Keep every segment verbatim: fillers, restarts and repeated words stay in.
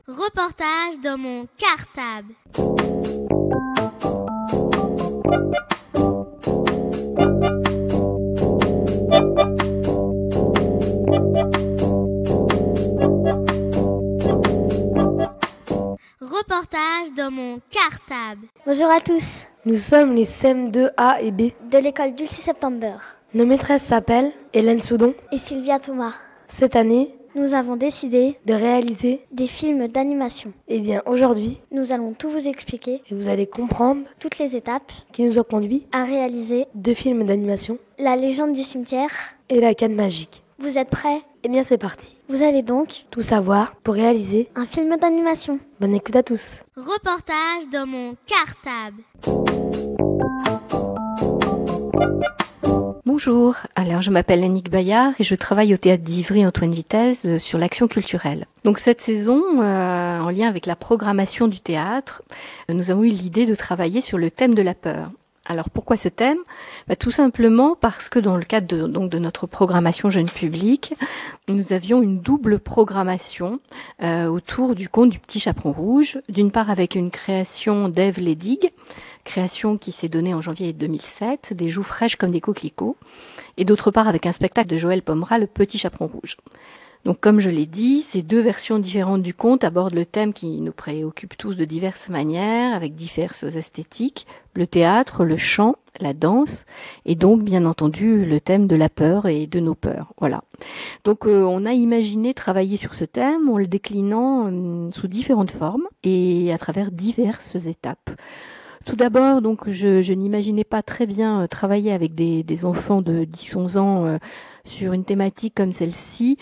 Reportage dans mon cartable. Reportage dans mon cartable. Bonjour à tous. Nous sommes les C E M deux A et B de l'école Dulcie September. Nos maîtresses s'appellent Hélène Soudon et Sylvia Thomas. Cette année, nous avons décidé de réaliser des films d'animation. Et bien aujourd'hui, nous allons tout vous expliquer et vous allez comprendre toutes les étapes qui nous ont conduits à réaliser deux films d'animation, La légende du cimetière et La canne magique. Vous êtes prêts ? Eh bien c'est parti. Vous allez donc tout savoir pour réaliser un film d'animation. Bonne écoute à tous. Reportage dans mon cartable. Bonjour, alors je m'appelle Annick Bayard et je travaille au théâtre d'Ivry Antoine Vitesse euh, sur l'action culturelle. Donc cette saison, euh, en lien avec la programmation du théâtre, euh, nous avons eu l'idée de travailler sur le thème de la peur. Alors pourquoi ce thème ? Bah, tout simplement parce que dans le cadre de, donc, de notre programmation jeune public, nous avions une double programmation euh, autour du conte du Petit Chaperon Rouge, d'une part avec une création d'Ève Ledig, création qui s'est donnée en janvier deux mille sept, des joues fraîches comme des coquelicots, et d'autre part avec un spectacle de Joël Pomera, Le Petit Chaperon Rouge. Donc comme je l'ai dit, ces deux versions différentes du conte abordent le thème qui nous préoccupe tous de diverses manières, avec diverses esthétiques, le théâtre, le chant, la danse, et donc bien entendu le thème de la peur et de nos peurs. Voilà. Donc euh, on a imaginé travailler sur ce thème en le déclinant euh, sous différentes formes et à travers diverses étapes. Tout d'abord, donc, je, je n'imaginais pas très bien euh, travailler avec des, des enfants de dix onze ans euh, sur une thématique comme celle-ci,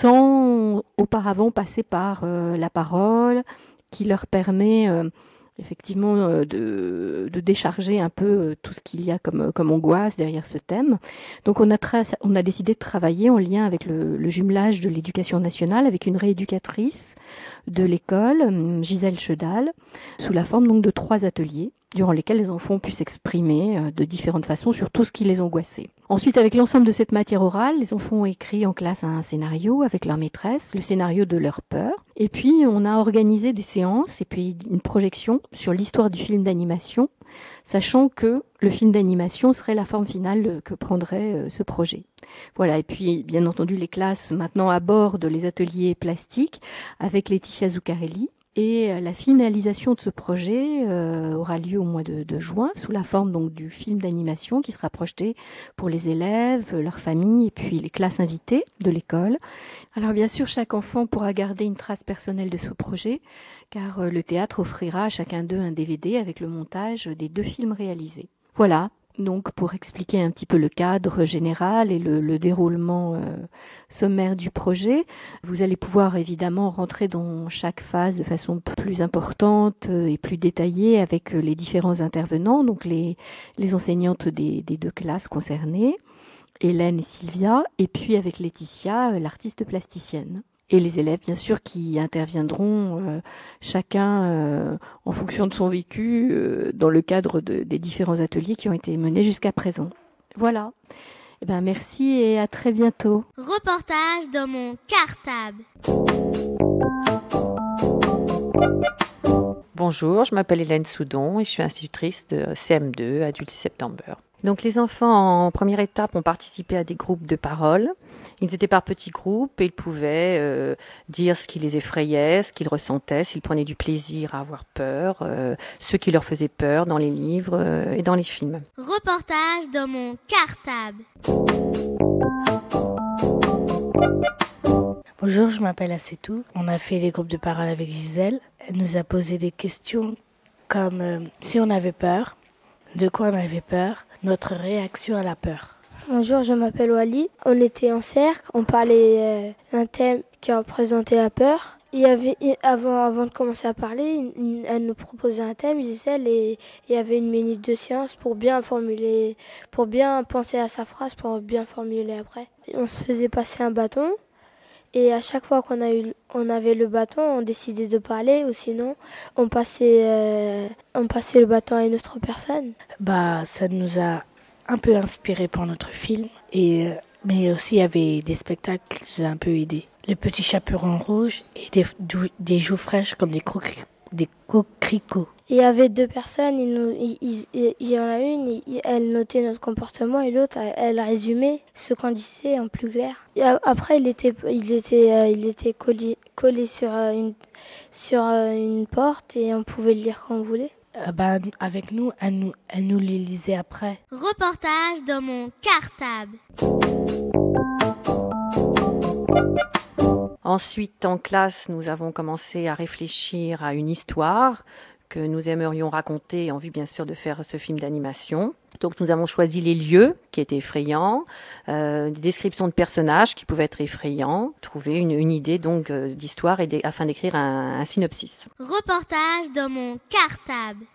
sans auparavant passer par euh, la parole, qui leur permet euh, effectivement euh, de, de décharger un peu euh, tout ce qu'il y a comme, comme angoisse derrière ce thème. Donc on a, tra- on a décidé de travailler en lien avec le, le jumelage de l'éducation nationale, avec une rééducatrice de l'école, Gisèle Chedal, sous la forme donc de trois ateliers, durant lesquels les enfants puissent s'exprimer de différentes façons sur tout ce qui les angoissait. Ensuite, avec l'ensemble de cette matière orale, les enfants ont écrit en classe un scénario avec leur maîtresse, le scénario de leur peur. Et puis, on a organisé des séances et puis une projection sur l'histoire du film d'animation, sachant que le film d'animation serait la forme finale que prendrait ce projet. Voilà, et puis, bien entendu, les classes maintenant abordent les ateliers plastiques avec Laetitia Zuccarelli. Et la finalisation de ce projet euh, aura lieu au mois de, de juin, sous la forme donc du film d'animation qui sera projeté pour les élèves, leurs familles et puis les classes invitées de l'école. Alors bien sûr, chaque enfant pourra garder une trace personnelle de ce projet, car euh, le théâtre offrira à chacun d'eux un D V D avec le montage des deux films réalisés. Voilà. Donc, pour expliquer un petit peu le cadre général et le, le déroulement euh, sommaire du projet, vous allez pouvoir évidemment rentrer dans chaque phase de façon plus importante et plus détaillée avec les différents intervenants, donc les, les enseignantes des, des deux classes concernées, Hélène et Sylvia, et puis avec Laetitia, l'artiste plasticienne. Et les élèves, bien sûr, qui interviendront euh, chacun euh, en fonction de son vécu euh, dans le cadre de, des différents ateliers qui ont été menés jusqu'à présent. Voilà. Eh ben, merci et à très bientôt. Reportage dans mon cartable. Bonjour, je m'appelle Hélène Soudon et je suis institutrice de C E M deux à Dulcie September. Donc les enfants en première étape ont participé à des groupes de parole. Ils étaient par petits groupes et ils pouvaient euh, dire ce qui les effrayait, ce qu'ils ressentaient, s'ils prenaient du plaisir à avoir peur, euh, ce qui leur faisait peur dans les livres euh, et dans les films. Reportage dans mon cartable. Bonjour, je m'appelle Assetou. On a fait les groupes de parole avec Gisèle. Elle nous a posé des questions comme euh, si on avait peur, de quoi on avait peur, notre réaction à la peur. Bonjour, je m'appelle Wally. On était en cercle, on parlait euh, d'un thème qui représentait la peur. Il y avait, avant, avant de commencer à parler, une, elle nous proposait un thème, Gisèle, et il y avait une minute de silence pour bien formuler, pour bien penser à sa phrase, pour bien formuler après. On se faisait passer un bâton. Et à chaque fois qu'on a eu, on avait le bâton, on décidait de parler, ou sinon, on passait, euh, on passait le bâton à une autre personne. Bah, ça nous a un peu inspiré pour notre film, et, mais aussi il y avait des spectacles qui nous ont un peu aidés. les petits chaperons rouges et des, des joues fraîches comme des, cocri- des coquelicots. Il y avait deux personnes, il, nous, il, il, il y en a une, il, elle notait notre comportement et l'autre, elle, elle résumait ce qu'on disait en plus clair. Et après, il était, il était, euh, il était collé, collé sur, euh, une, sur euh, une porte et on pouvait le lire quand on voulait. Euh, bah, avec nous, elle nous, elle nous les lisait après. Reportage dans mon cartable. Ensuite, en classe, nous avons commencé à réfléchir à une histoire que nous aimerions raconter en vue, bien sûr, de faire ce film d'animation. Donc, nous avons choisi les lieux qui étaient effrayants, euh, des descriptions de personnages qui pouvaient être effrayants, trouver une, une idée donc euh, d'histoire et d- afin d'écrire un, un synopsis. Reportage dans mon cartable.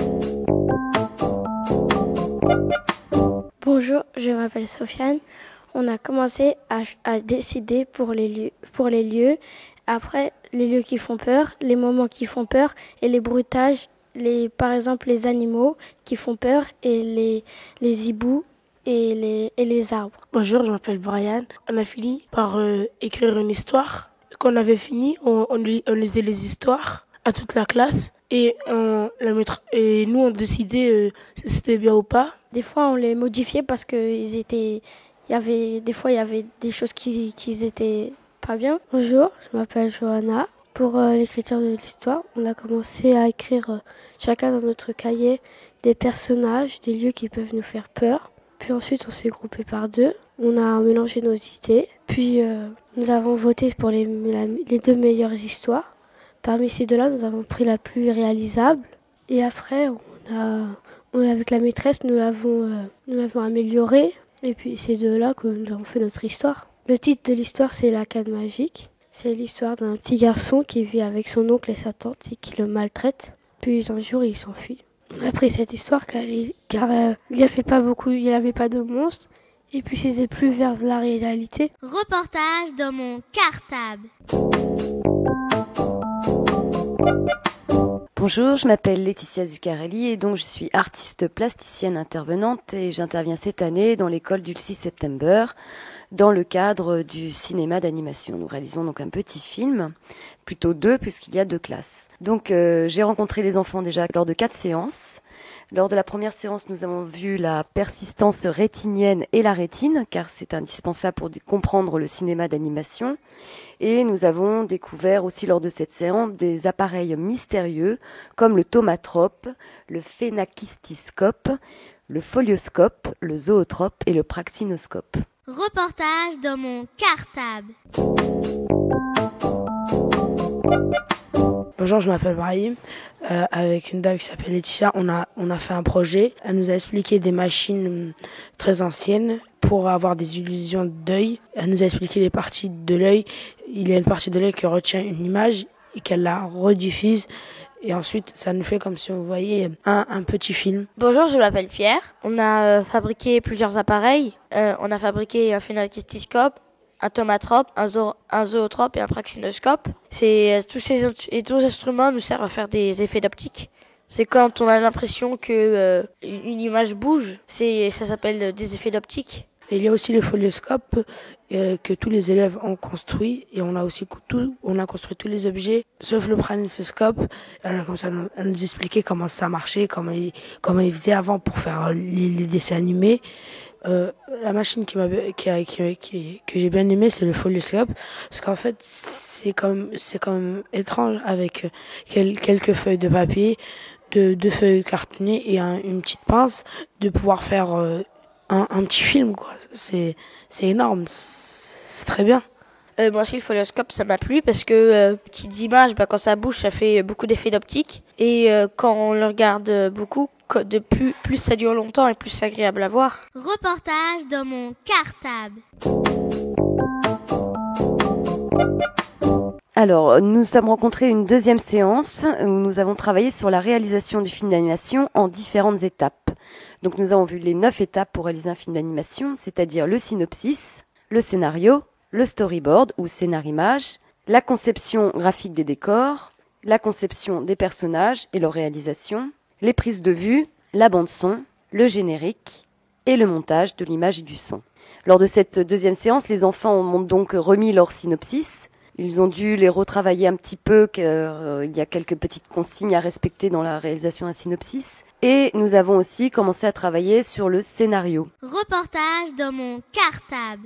Bonjour, je m'appelle Sofiane. On a commencé à, à décider pour les lieux, pour les lieux. Après, les lieux qui font peur, les moments qui font peur et les bruitages, les, par exemple les animaux qui font peur et les, les hiboux et les, et les arbres. Bonjour, je m'appelle Brian. On a fini par euh, écrire une histoire. Quand on avait fini, on, on, on lisait les histoires à toute la classe et, on, la maître, et nous on décidait euh, si c'était bien ou pas. Des fois, on les modifiait parce que ils étaient, il y avait, des fois, il y avait des choses qui, qui étaient pas bien. Bonjour, je m'appelle Johanna. Pour euh, l'écriture de l'histoire, on a commencé à écrire euh, chacun dans notre cahier des personnages, des lieux qui peuvent nous faire peur. Puis ensuite, on s'est groupé par deux. On a mélangé nos idées. Puis euh, nous avons voté pour les, la, les deux meilleures histoires. Parmi ces deux-là, nous avons pris la plus réalisable. Et après, on a, on, avec la maîtresse, nous l'avons, euh, nous l'avons améliorée. Et puis c'est de là que nous avons fait notre histoire. Le titre de l'histoire, c'est La canne magique. C'est l'histoire d'un petit garçon qui vit avec son oncle et sa tante et qui le maltraite. Puis un jour, il s'enfuit. On a pris cette histoire car, car euh, il n'y avait pas beaucoup, il n'y avait pas de monstres. Et puis c'était plus vers la réalité. Reportage dans mon cartable. Bonjour, je m'appelle Laetitia Zuccarelli et donc je suis artiste plasticienne intervenante et j'interviens cette année dans l'école du six September dans le cadre du cinéma d'animation. Nous réalisons donc un petit film, plutôt deux puisqu'il y a deux classes. Donc euh, j'ai rencontré les enfants déjà lors de quatre séances. Lors de la première séance, nous avons vu la persistance rétinienne et la rétine, car c'est indispensable pour comprendre le cinéma d'animation. Et nous avons découvert aussi lors de cette séance des appareils mystérieux, comme le thaumatrope, le phénakistiscope, le folioscope, le zootrope et le praxinoscope. Reportage dans mon cartable. Bonjour, je m'appelle Brahim. Euh, avec une dame qui s'appelle Laetitia, on a, on a fait un projet. Elle nous a expliqué des machines très anciennes pour avoir des illusions d'œil. Elle nous a expliqué les parties de l'œil. Il y a une partie de l'œil qui retient une image et qu'elle la rediffuse. Et ensuite, ça nous fait comme si on voyait un, un petit film. Bonjour, je m'appelle Pierre. On a euh, fabriqué plusieurs appareils. Euh, on a fabriqué un phénakistiscope, un thaumatrope, un, zo- un zootrope et un praxinoscope. C'est, euh, tous ces et tous les instruments nous servent à faire des effets d'optique. C'est quand on a l'impression que euh, une image bouge. C'est, ça s'appelle des effets d'optique. Et il y a aussi le folioscope euh, que tous les élèves ont construit et on a aussi tout, on a construit tous les objets sauf le praxinoscope. Elle, comme ça, elle nous expliquait comment ça marchait, comment il, comment il faisait avant pour faire les, les dessins animés. Euh, la machine qui m'a, qui a, qui, qui, que j'ai bien aimé, c'est le folioscope, parce qu'en fait, c'est comme, c'est quand même étrange avec quel, quelques feuilles de papier, de, deux feuilles cartonnées et un, une petite pince, de pouvoir faire euh, un, un petit film, quoi. C'est, c'est énorme, c'est très bien. Euh, moi aussi, le folioscope, ça m'a plu parce que euh, petites images, bah, quand ça bouge, ça fait beaucoup d'effets d'optique. Et euh, quand on le regarde beaucoup, de plus, plus ça dure longtemps et plus c'est agréable à voir. Reportage dans mon cartable. Alors, nous sommes rencontrés une deuxième séance où nous avons travaillé sur la réalisation du film d'animation en différentes étapes. Donc nous avons vu les neuf étapes pour réaliser un film d'animation, c'est-à-dire le synopsis, le scénario, le storyboard ou scénarimage, la conception graphique des décors, la conception des personnages et leur réalisation, les prises de vue, la bande-son, le générique et le montage de l'image et du son. Lors de cette deuxième séance, les enfants m'ont donc remis leur synopsis. Ils ont dû les retravailler un petit peu, car euh, il y a quelques petites consignes à respecter dans la réalisation d'un synopsis. Et nous avons aussi commencé à travailler sur le scénario. Reportage dans mon cartable.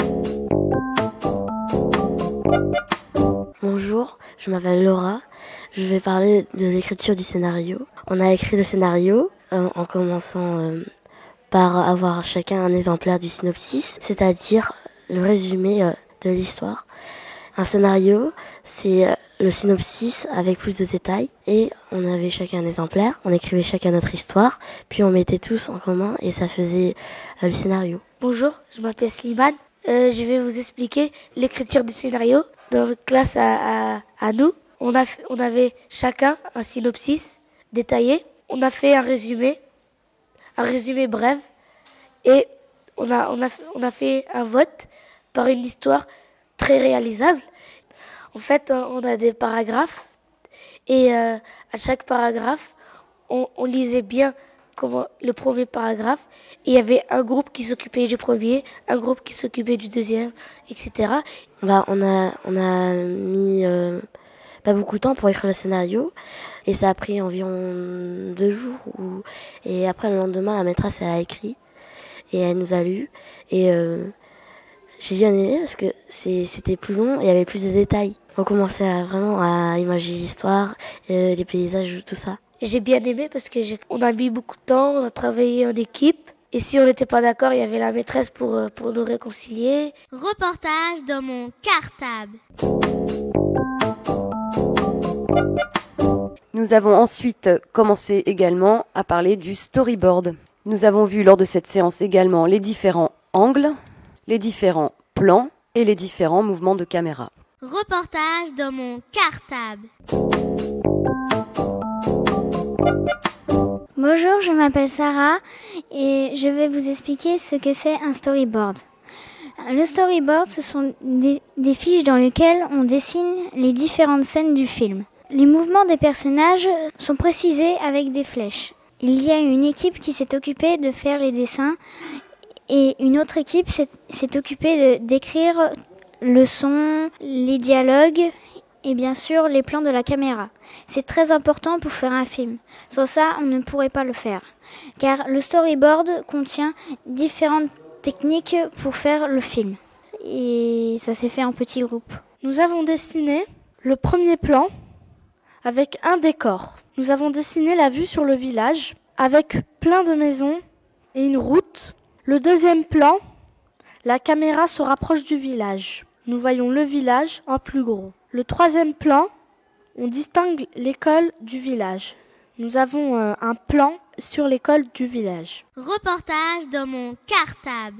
Bonjour, je m'appelle Laura. Je vais parler de l'écriture du scénario. On a écrit le scénario euh, en commençant euh, par avoir chacun un exemplaire du synopsis, c'est-à-dire le résumé euh, de l'histoire. Un scénario, c'est euh, le synopsis avec plus de détails, et on avait chacun un exemplaire, on écrivait chacun notre histoire, puis on mettait tous en commun et ça faisait euh, le scénario. Bonjour, je m'appelle Slimane. Euh, je vais vous expliquer l'écriture du scénario. Dans notre classe à, à, à nous, on, a, on avait chacun un synopsis détaillé. On a fait un résumé, un résumé bref, et on a, on a, on a fait un vote par une histoire très réalisable. En fait, on a des paragraphes, et euh, à chaque paragraphe, on, on lisait bien comment, le premier paragraphe, et il y avait un groupe qui s'occupait du premier, un groupe qui s'occupait du deuxième, et cetera. Bah, on a, on a mis euh, pas beaucoup de temps pour écrire le scénario, et ça a pris environ deux jours. Où, et après, le lendemain, la maîtresse, elle a écrit, et elle nous a lu, et euh, j'ai bien aimé parce que c'est, c'était plus long et il y avait plus de détails. On commençait à, vraiment à imaginer l'histoire, euh, les paysages, tout ça. J'ai bien aimé parce que j'ai, on a mis beaucoup de temps, on a travaillé en équipe. Et si on n'était pas d'accord, il y avait la maîtresse pour, pour nous réconcilier. Reportage dans mon cartable. Nous avons ensuite commencé également à parler du storyboard. Nous avons vu lors de cette séance également les différents angles, les différents plans et les différents mouvements de caméra. Reportage dans mon cartable. Bonjour, je m'appelle Sarah et je vais vous expliquer ce que c'est un storyboard. Le storyboard, ce sont des, des fiches dans lesquelles on dessine les différentes scènes du film. Les mouvements des personnages sont précisés avec des flèches. Il y a une équipe qui s'est occupée de faire les dessins et une autre équipe s'est, s'est occupée de, d'écrire le son, les dialogues et bien sûr les plans de la caméra. C'est très important pour faire un film. Sans ça, on ne pourrait pas le faire. Car le storyboard contient différentes techniques pour faire le film. Et ça s'est fait en petits groupes. Nous avons dessiné le premier plan avec un décor. Nous avons dessiné la vue sur le village avec plein de maisons et une route. Le deuxième plan, la caméra se rapproche du village. Nous voyons le village en plus gros. Le troisième plan, on distingue l'école du village. Nous avons euh, un plan sur l'école du village. Reportage dans mon cartable.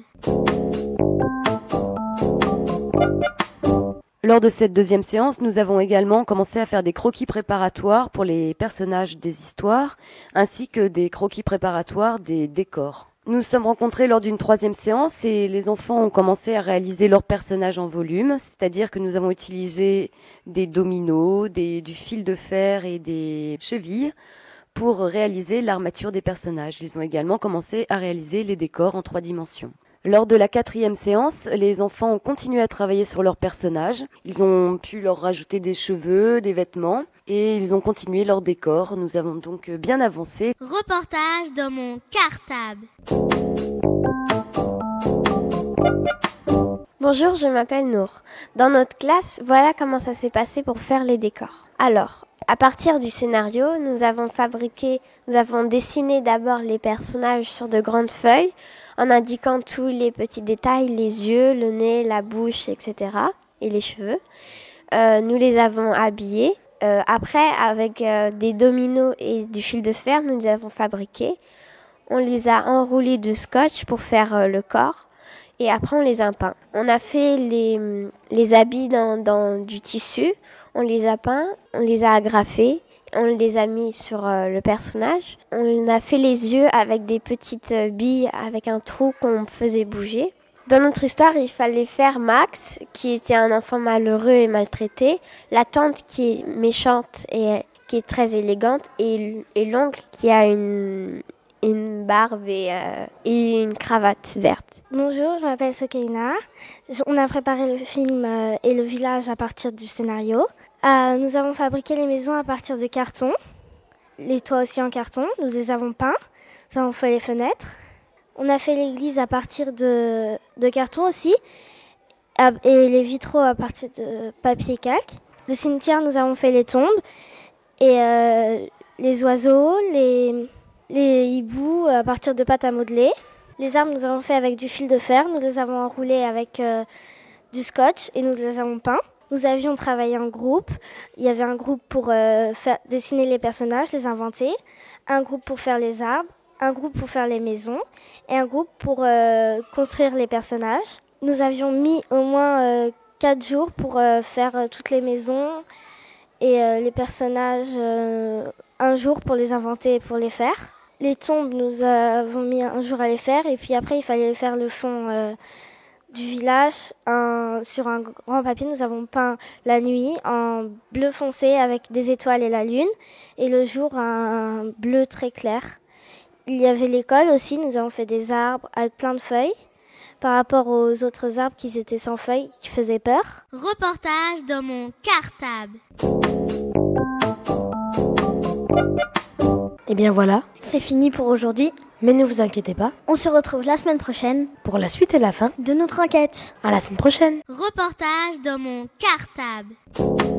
Lors de cette deuxième séance, nous avons également commencé à faire des croquis préparatoires pour les personnages des histoires, ainsi que des croquis préparatoires des décors. Nous nous sommes rencontrés lors d'une troisième séance et les enfants ont commencé à réaliser leurs personnages en volume, c'est-à-dire que nous avons utilisé des dominos, des, du fil de fer et des chevilles pour réaliser l'armature des personnages. Ils ont également commencé à réaliser les décors en trois dimensions. Lors de la quatrième séance, les enfants ont continué à travailler sur leurs personnages. Ils ont pu leur rajouter des cheveux, des vêtements et ils ont continué leur décor. Nous avons donc bien avancé. Reportage dans mon cartable. Bonjour, je m'appelle Nour. Dans notre classe, voilà comment ça s'est passé pour faire les décors. Alors, à partir du scénario, nous avons fabriqué, nous avons dessiné d'abord les personnages sur de grandes feuilles en indiquant tous les petits détails, les yeux, le nez, la bouche, et cetera et les cheveux. Euh, nous les avons habillés. Euh, après, avec euh, des dominos et du fil de fer, nous les avons fabriqués. On les a enroulés de scotch pour faire euh, le corps. Et après, on les a peints. On a fait les, les habits dans, dans du tissu. On les a peints, on les a agrafés. On les a mis sur euh, le personnage. On a fait les yeux avec des petites euh, billes avec un trou qu'on faisait bouger. Dans notre histoire, il fallait faire Max, qui était un enfant malheureux et maltraité, la tante qui est méchante et qui est très élégante, et, et l'oncle qui a une, une barbe et, euh, et une cravate verte. Bonjour, je m'appelle Sokeina. On a préparé le film euh, et le village à partir du scénario. Euh, nous avons fabriqué les maisons à partir de carton, les toits aussi en carton. Nous les avons peints, nous avons fait les fenêtres. On a fait l'église à partir de, de carton aussi et les vitraux à partir de papier calque. Le cimetière, nous avons fait les tombes et euh, les oiseaux, les, les hiboux à partir de pâte à modeler. Les arbres, nous avons fait avec du fil de fer. Nous les avons enroulés avec euh, du scotch et nous les avons peints. Nous avions travaillé en groupe. Il y avait un groupe pour euh, faire, dessiner les personnages, les inventer, un groupe pour faire les arbres, un groupe pour faire les maisons et un groupe pour euh, construire les personnages. Nous avions mis au moins euh, quatre jours pour euh, faire euh, toutes les maisons et euh, les personnages, euh, un jour pour les inventer et pour les faire. Les tombes, nous avons mis un jour à les faire et puis après il fallait faire le fond euh, du village. Un, sur un grand papier, nous avons peint la nuit en bleu foncé avec des étoiles et la lune et le jour un bleu très clair. Il y avait l'école aussi, nous avons fait des arbres avec plein de feuilles par rapport aux autres arbres qui étaient sans feuilles, qui faisaient peur. Reportage dans mon cartable. Et bien voilà, c'est fini pour aujourd'hui. Mais ne vous inquiétez pas, on se retrouve la semaine prochaine pour la suite et la fin de notre enquête. À la semaine prochaine. Reportage dans mon cartable.